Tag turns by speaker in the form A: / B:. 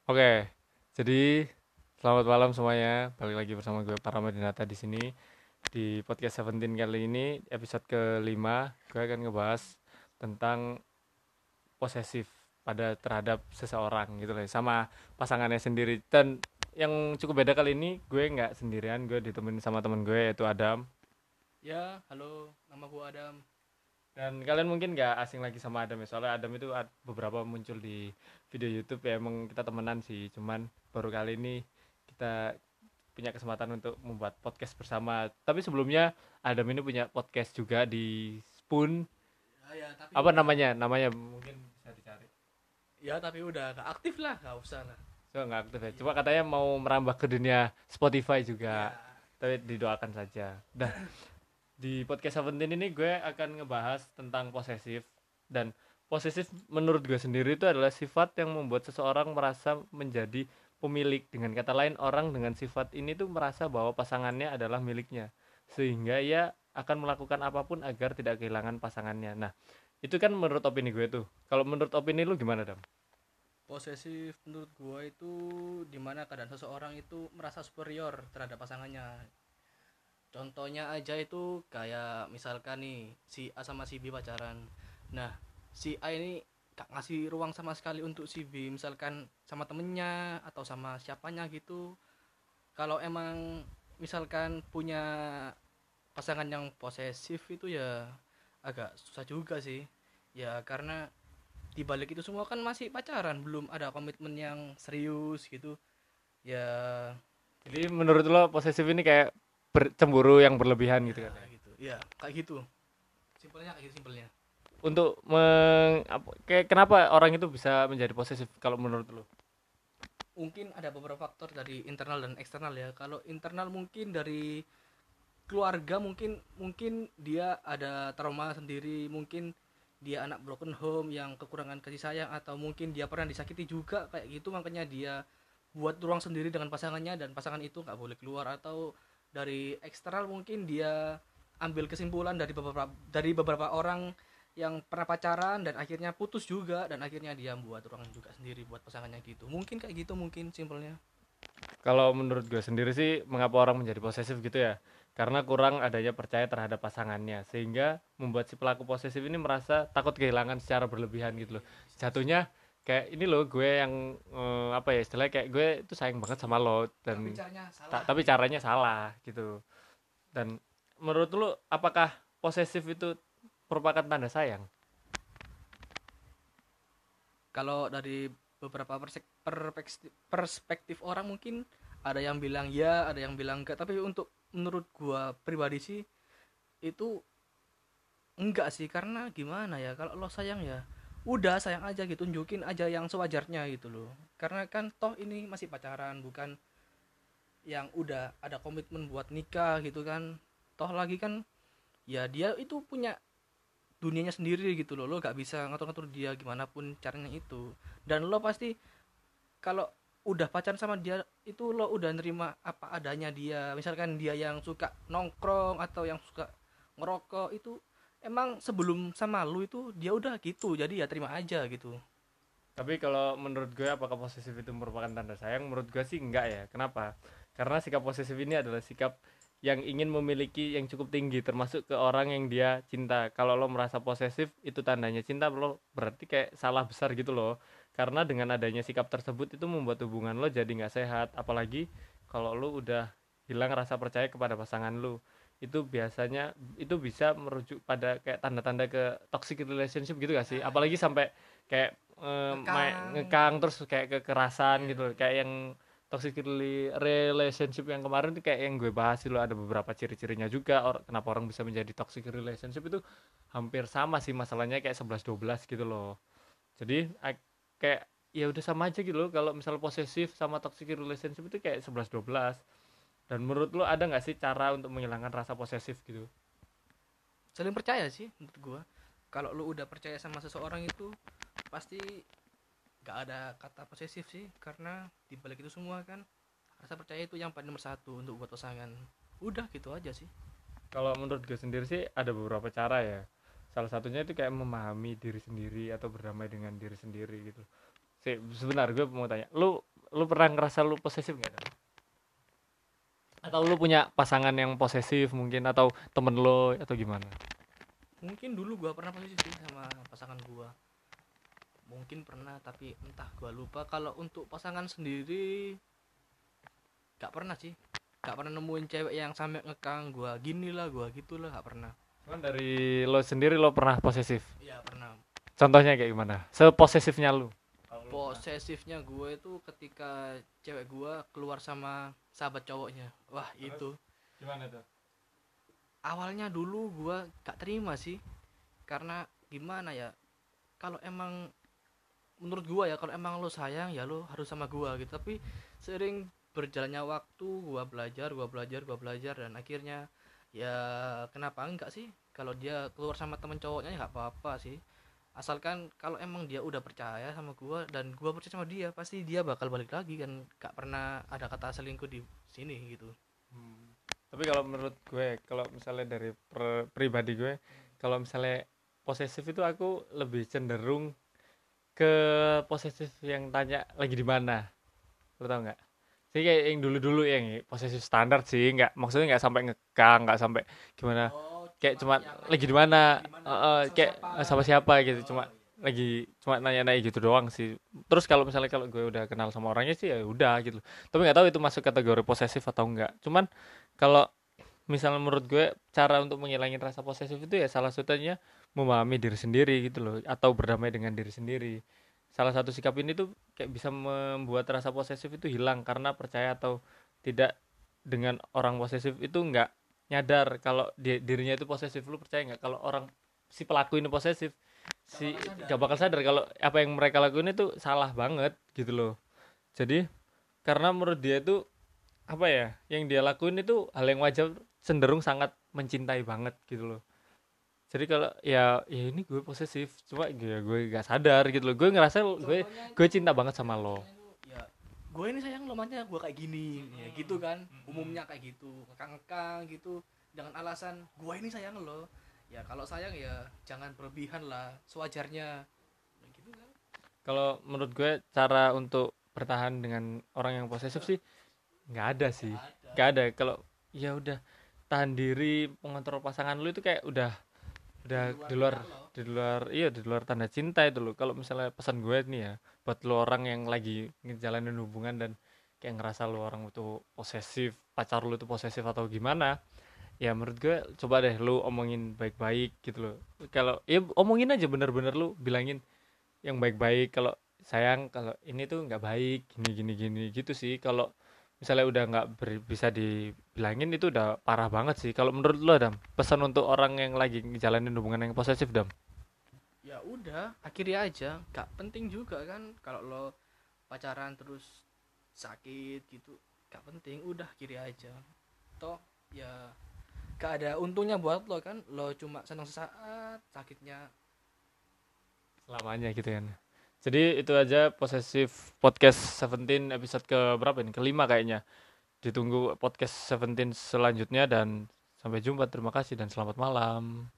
A: Oke, jadi selamat malam semuanya. Balik lagi bersama gue Paramadinata di sini di podcast Seventeen kali ini episode kelima. Gue akan ngebahas tentang posesif pada terhadap seseorang gitu loh, sama pasangannya sendiri. Dan yang cukup beda kali ini gue nggak sendirian, gue ditemenin sama temen gue yaitu Adam.
B: Ya, halo, nama gua Adam.
A: Dan kalian mungkin nggak asing lagi sama Adam ya, soalnya Adam itu beberapa muncul di video YouTube ya, emang kita temenan sih, cuman baru kali ini kita punya kesempatan untuk membuat podcast bersama. Tapi sebelumnya Adam ini punya podcast juga di Spoon.
B: Ya, tapi
A: Apa
B: udah.
A: namanya? Namanya mungkin bisa dicari.
B: Ya, tapi udah gak aktif lah, gak usah lah.
A: So nggak aktif ya. Cuma
B: Iya.
A: katanya mau merambah ke dunia Spotify juga.
B: Ya.
A: Tapi didoakan saja. Dah, di podcast Seventeen ini gue akan ngebahas tentang posesif. Dan posesif menurut gue sendiri itu adalah sifat yang membuat seseorang merasa menjadi pemilik. Dengan kata lain, orang dengan sifat ini tuh merasa bahwa pasangannya adalah miliknya, sehingga ia akan melakukan apapun agar tidak kehilangan pasangannya. Nah, itu kan menurut opini gue tuh. Kalau menurut opini lu gimana, Dam?
B: Posesif menurut gua itu dimana keadaan seseorang itu merasa superior terhadap pasangannya. Contohnya aja itu kayak misalkan nih si A sama si B pacaran. Nah, si A ini gak ngasih ruang sama sekali untuk si B, misalkan sama temennya atau sama siapanya gitu. Kalau emang misalkan punya pasangan yang posesif itu ya agak susah juga sih ya, karena di balik itu semua kan masih pacaran, belum ada komitmen yang serius gitu ya.
A: Jadi menurut lo posesif ini kayak cemburu yang berlebihan
B: Ya
A: gitu kan ya?
B: gitu ya, kayak gitu simpelnya, kayak gitu simpelnya.
A: Untuk kayak kenapa orang itu bisa menjadi posesif kalau menurut lo?
B: Mungkin ada beberapa faktor dari internal dan eksternal ya. Kalau internal mungkin dari keluarga, mungkin mungkin dia ada trauma sendiri, mungkin dia anak broken home yang kekurangan kasih sayang, atau mungkin dia pernah disakiti juga kayak gitu, makanya dia buat ruang sendiri dengan pasangannya dan pasangan itu nggak boleh keluar. Atau dari eksternal mungkin dia ambil kesimpulan dari beberapa orang yang pernah pacaran dan akhirnya putus juga, dan akhirnya dia buat ruangan juga sendiri buat pasangannya gitu. Mungkin kayak gitu, mungkin simpelnya.
A: Kalau menurut gue sendiri sih, mengapa orang menjadi posesif gitu ya? Karena kurang adanya percaya terhadap pasangannya, sehingga membuat si pelaku posesif ini merasa takut kehilangan secara berlebihan gitu loh. Jatuhnya kayak ini loh, gue yang apa ya istilahnya, kayak gue itu sayang banget sama lo,
B: Tapi
A: dan
B: caranya salah
A: tapi
B: gitu.
A: caranya salah gitu. Dan menurut lo, apakah posesif itu merupakan tanda sayang?
B: Kalau dari beberapa perspektif orang mungkin ada yang bilang ya, ada yang bilang enggak, tapi untuk menurut gua pribadi sih itu enggak sih. Karena gimana ya, kalau lo sayang ya udah sayang aja gitu, tunjukin aja yang sewajarnya gitu loh. Karena kan toh ini masih pacaran, bukan yang udah ada komitmen buat nikah gitu kan. Toh lagi kan ya dia itu punya dunianya sendiri gitu loh, lo gak bisa ngatur-ngatur dia gimana pun caranya itu. Dan lo pasti kalau udah pacaran sama dia itu lo udah nerima apa adanya dia. Misalkan dia yang suka nongkrong atau yang suka ngerokok, itu emang sebelum sama lu itu dia udah gitu, jadi ya terima aja gitu.
A: Tapi kalau menurut gue, apakah posesif itu merupakan tanda sayang? Menurut gue sih enggak ya. Kenapa? Karena sikap posesif ini adalah sikap yang ingin memiliki yang cukup tinggi, termasuk ke orang yang dia cinta. Kalau lo merasa posesif, itu tandanya cinta, lo berarti kayak salah besar gitu loh. Karena dengan adanya sikap tersebut itu membuat hubungan lo jadi nggak sehat. Apalagi kalau lo udah hilang rasa percaya kepada pasangan lo, itu biasanya itu bisa merujuk pada kayak tanda-tanda ke toxic relationship gitu gak sih?
B: Nah ya,
A: Apalagi sampai kayak
B: ngekang
A: ngekang
B: gitu.
A: terus kayak kekerasan
B: Iya,
A: gitu loh. Kayak yang toxic relationship yang kemarin tuh, kayak yang gue bahas dulu, ada beberapa ciri-cirinya juga kenapa orang bisa menjadi toxic relationship itu hampir sama sih masalahnya, kayak 11-12 gitu loh. Jadi kayak ya udah sama aja gitu loh, kalau misal posesif sama toxic relationship itu kayak 11-12. Dan menurut lo ada nggak sih cara untuk menghilangkan rasa posesif gitu?
B: saling percaya sih menurut gua. Kalau lu udah percaya sama seseorang itu pasti gak ada kata posesif sih, karena di balik itu semua kan rasa percaya itu yang paling nomor satu untuk buat pasangan. Udah gitu aja sih.
A: Kalau menurut gue sendiri sih ada beberapa cara ya. Salah satunya itu kayak memahami diri sendiri atau berdamai dengan diri sendiri gitu. Sebentar, gue mau tanya, lu lu pernah ngerasa lu posesif nggak? Atau lu punya pasangan yang posesif mungkin, atau temen lo, atau gimana?
B: Mungkin dulu gua pernah posisi sih sama pasangan gua, mungkin pernah tapi entah gua lupa. Kalau untuk pasangan sendiri gak pernah sih, gak pernah nemuin cewek yang sampai ngekang gua gini lah gua gitulah, gak pernah.
A: Cuman dari lo sendiri lo pernah posesif.
B: Iya pernah.
A: Contohnya kayak gimana? Seposesifnya lu.
B: Posesifnya gue itu ketika cewek gue keluar sama sahabat cowoknya. Wah itu
A: Gimana tuh?
B: awalnya dulu gue gak terima sih, karena gimana ya, kalau emang menurut gue ya, kalau emang lo sayang ya lo harus sama gue gitu. Tapi sering berjalannya waktu gue belajar dan akhirnya ya kenapa enggak sih, kalau dia keluar sama temen cowoknya ya nggak apa-apa sih, asalkan kalau emang dia udah percaya sama gua dan gua percaya sama dia, pasti dia bakal balik lagi kan, gak pernah ada kata selingkuh di sini gitu.
A: Tapi kalau menurut gue, kalau misalnya dari pribadi gue, kalau misalnya posesif itu aku lebih cenderung ke posesif yang tanya lagi di mana. Lo tau nggak? Sih kayak yang dulu-dulu yang posesif standar sih, nggak maksudnya nggak sampai ngekang, nggak sampai gimana, kayak cuma lagi di mana, kayak sama siapa gitu, cuma lagi cuma nanya-nanya gitu doang sih. Terus kalau misalnya kalau gue udah kenal sama orangnya sih ya udah gitu. Tapi nggak tahu itu masuk kategori posesif atau enggak. Cuman kalau misalnya menurut gue cara untuk menghilangin rasa posesif itu ya salah satunya memahami diri sendiri gitu loh, atau berdamai dengan diri sendiri. Salah satu sikap ini tuh kayak bisa membuat rasa posesif itu hilang, karena percaya atau tidak dengan orang posesif itu nggak nyadar kalau dirinya itu posesif. Lu percaya nggak kalau orang si pelaku ini posesif, si gak bakal sadar kalau apa yang mereka lakuin itu salah banget gitu loh. Jadi karena menurut dia itu apa ya, yang dia lakuin itu hal yang wajar, cenderung sangat mencintai banget gitu loh. Jadi kalau ya ini gue posesif, cuma gue gak sadar gitu loh, gue ngerasa gue cinta banget sama lo.
B: Ya gue ini sayang lo, makanya gue kayak gini ya gitu kan, umumnya kayak gitu, ngekang-ngekang gitu dengan alasan gue ini sayang lo. Ya kalau sayang ya jangan berlebihan lah, sewajarnya gitu kan.
A: Kalau menurut gue cara untuk bertahan dengan orang yang posesif sih nggak ada sih, nggak ada. Kalau ya udah tahan diri, mengontrol pasangan lu itu kayak udah di luar tanda cinta itu loh. Kalau misalnya pesan gue nih ya, buat lu orang yang lagi ngejalanin hubungan dan kayak ngerasa lu orang itu posesif, pacar lu itu posesif atau gimana, ya menurut gue coba deh lu omongin baik-baik gitu loh. Kalau ya omongin aja, bener-bener lu bilangin yang baik-baik, kalau sayang, kalau ini tuh nggak baik, gini gini gini gitu sih. Kalau misalnya udah nggak bisa dibilangin, itu udah parah banget sih kalau menurut lo, Dam. Pesan untuk orang yang lagi ngejalanin hubungan yang posesif, Dam.
B: Ya udah akhiri aja, gak penting juga kan kalau lo pacaran terus sakit gitu, gak penting, udah akhiri aja. Toh ya gak ada untungnya buat lo kan, lo cuma senang sesaat, sakitnya
A: Selamanya gitu kan. Jadi itu aja Posesif Podcast 17 episode ke berapa ini? Kelima kayaknya. Ditunggu podcast 17 selanjutnya dan sampai jumpa. Terima kasih dan selamat malam.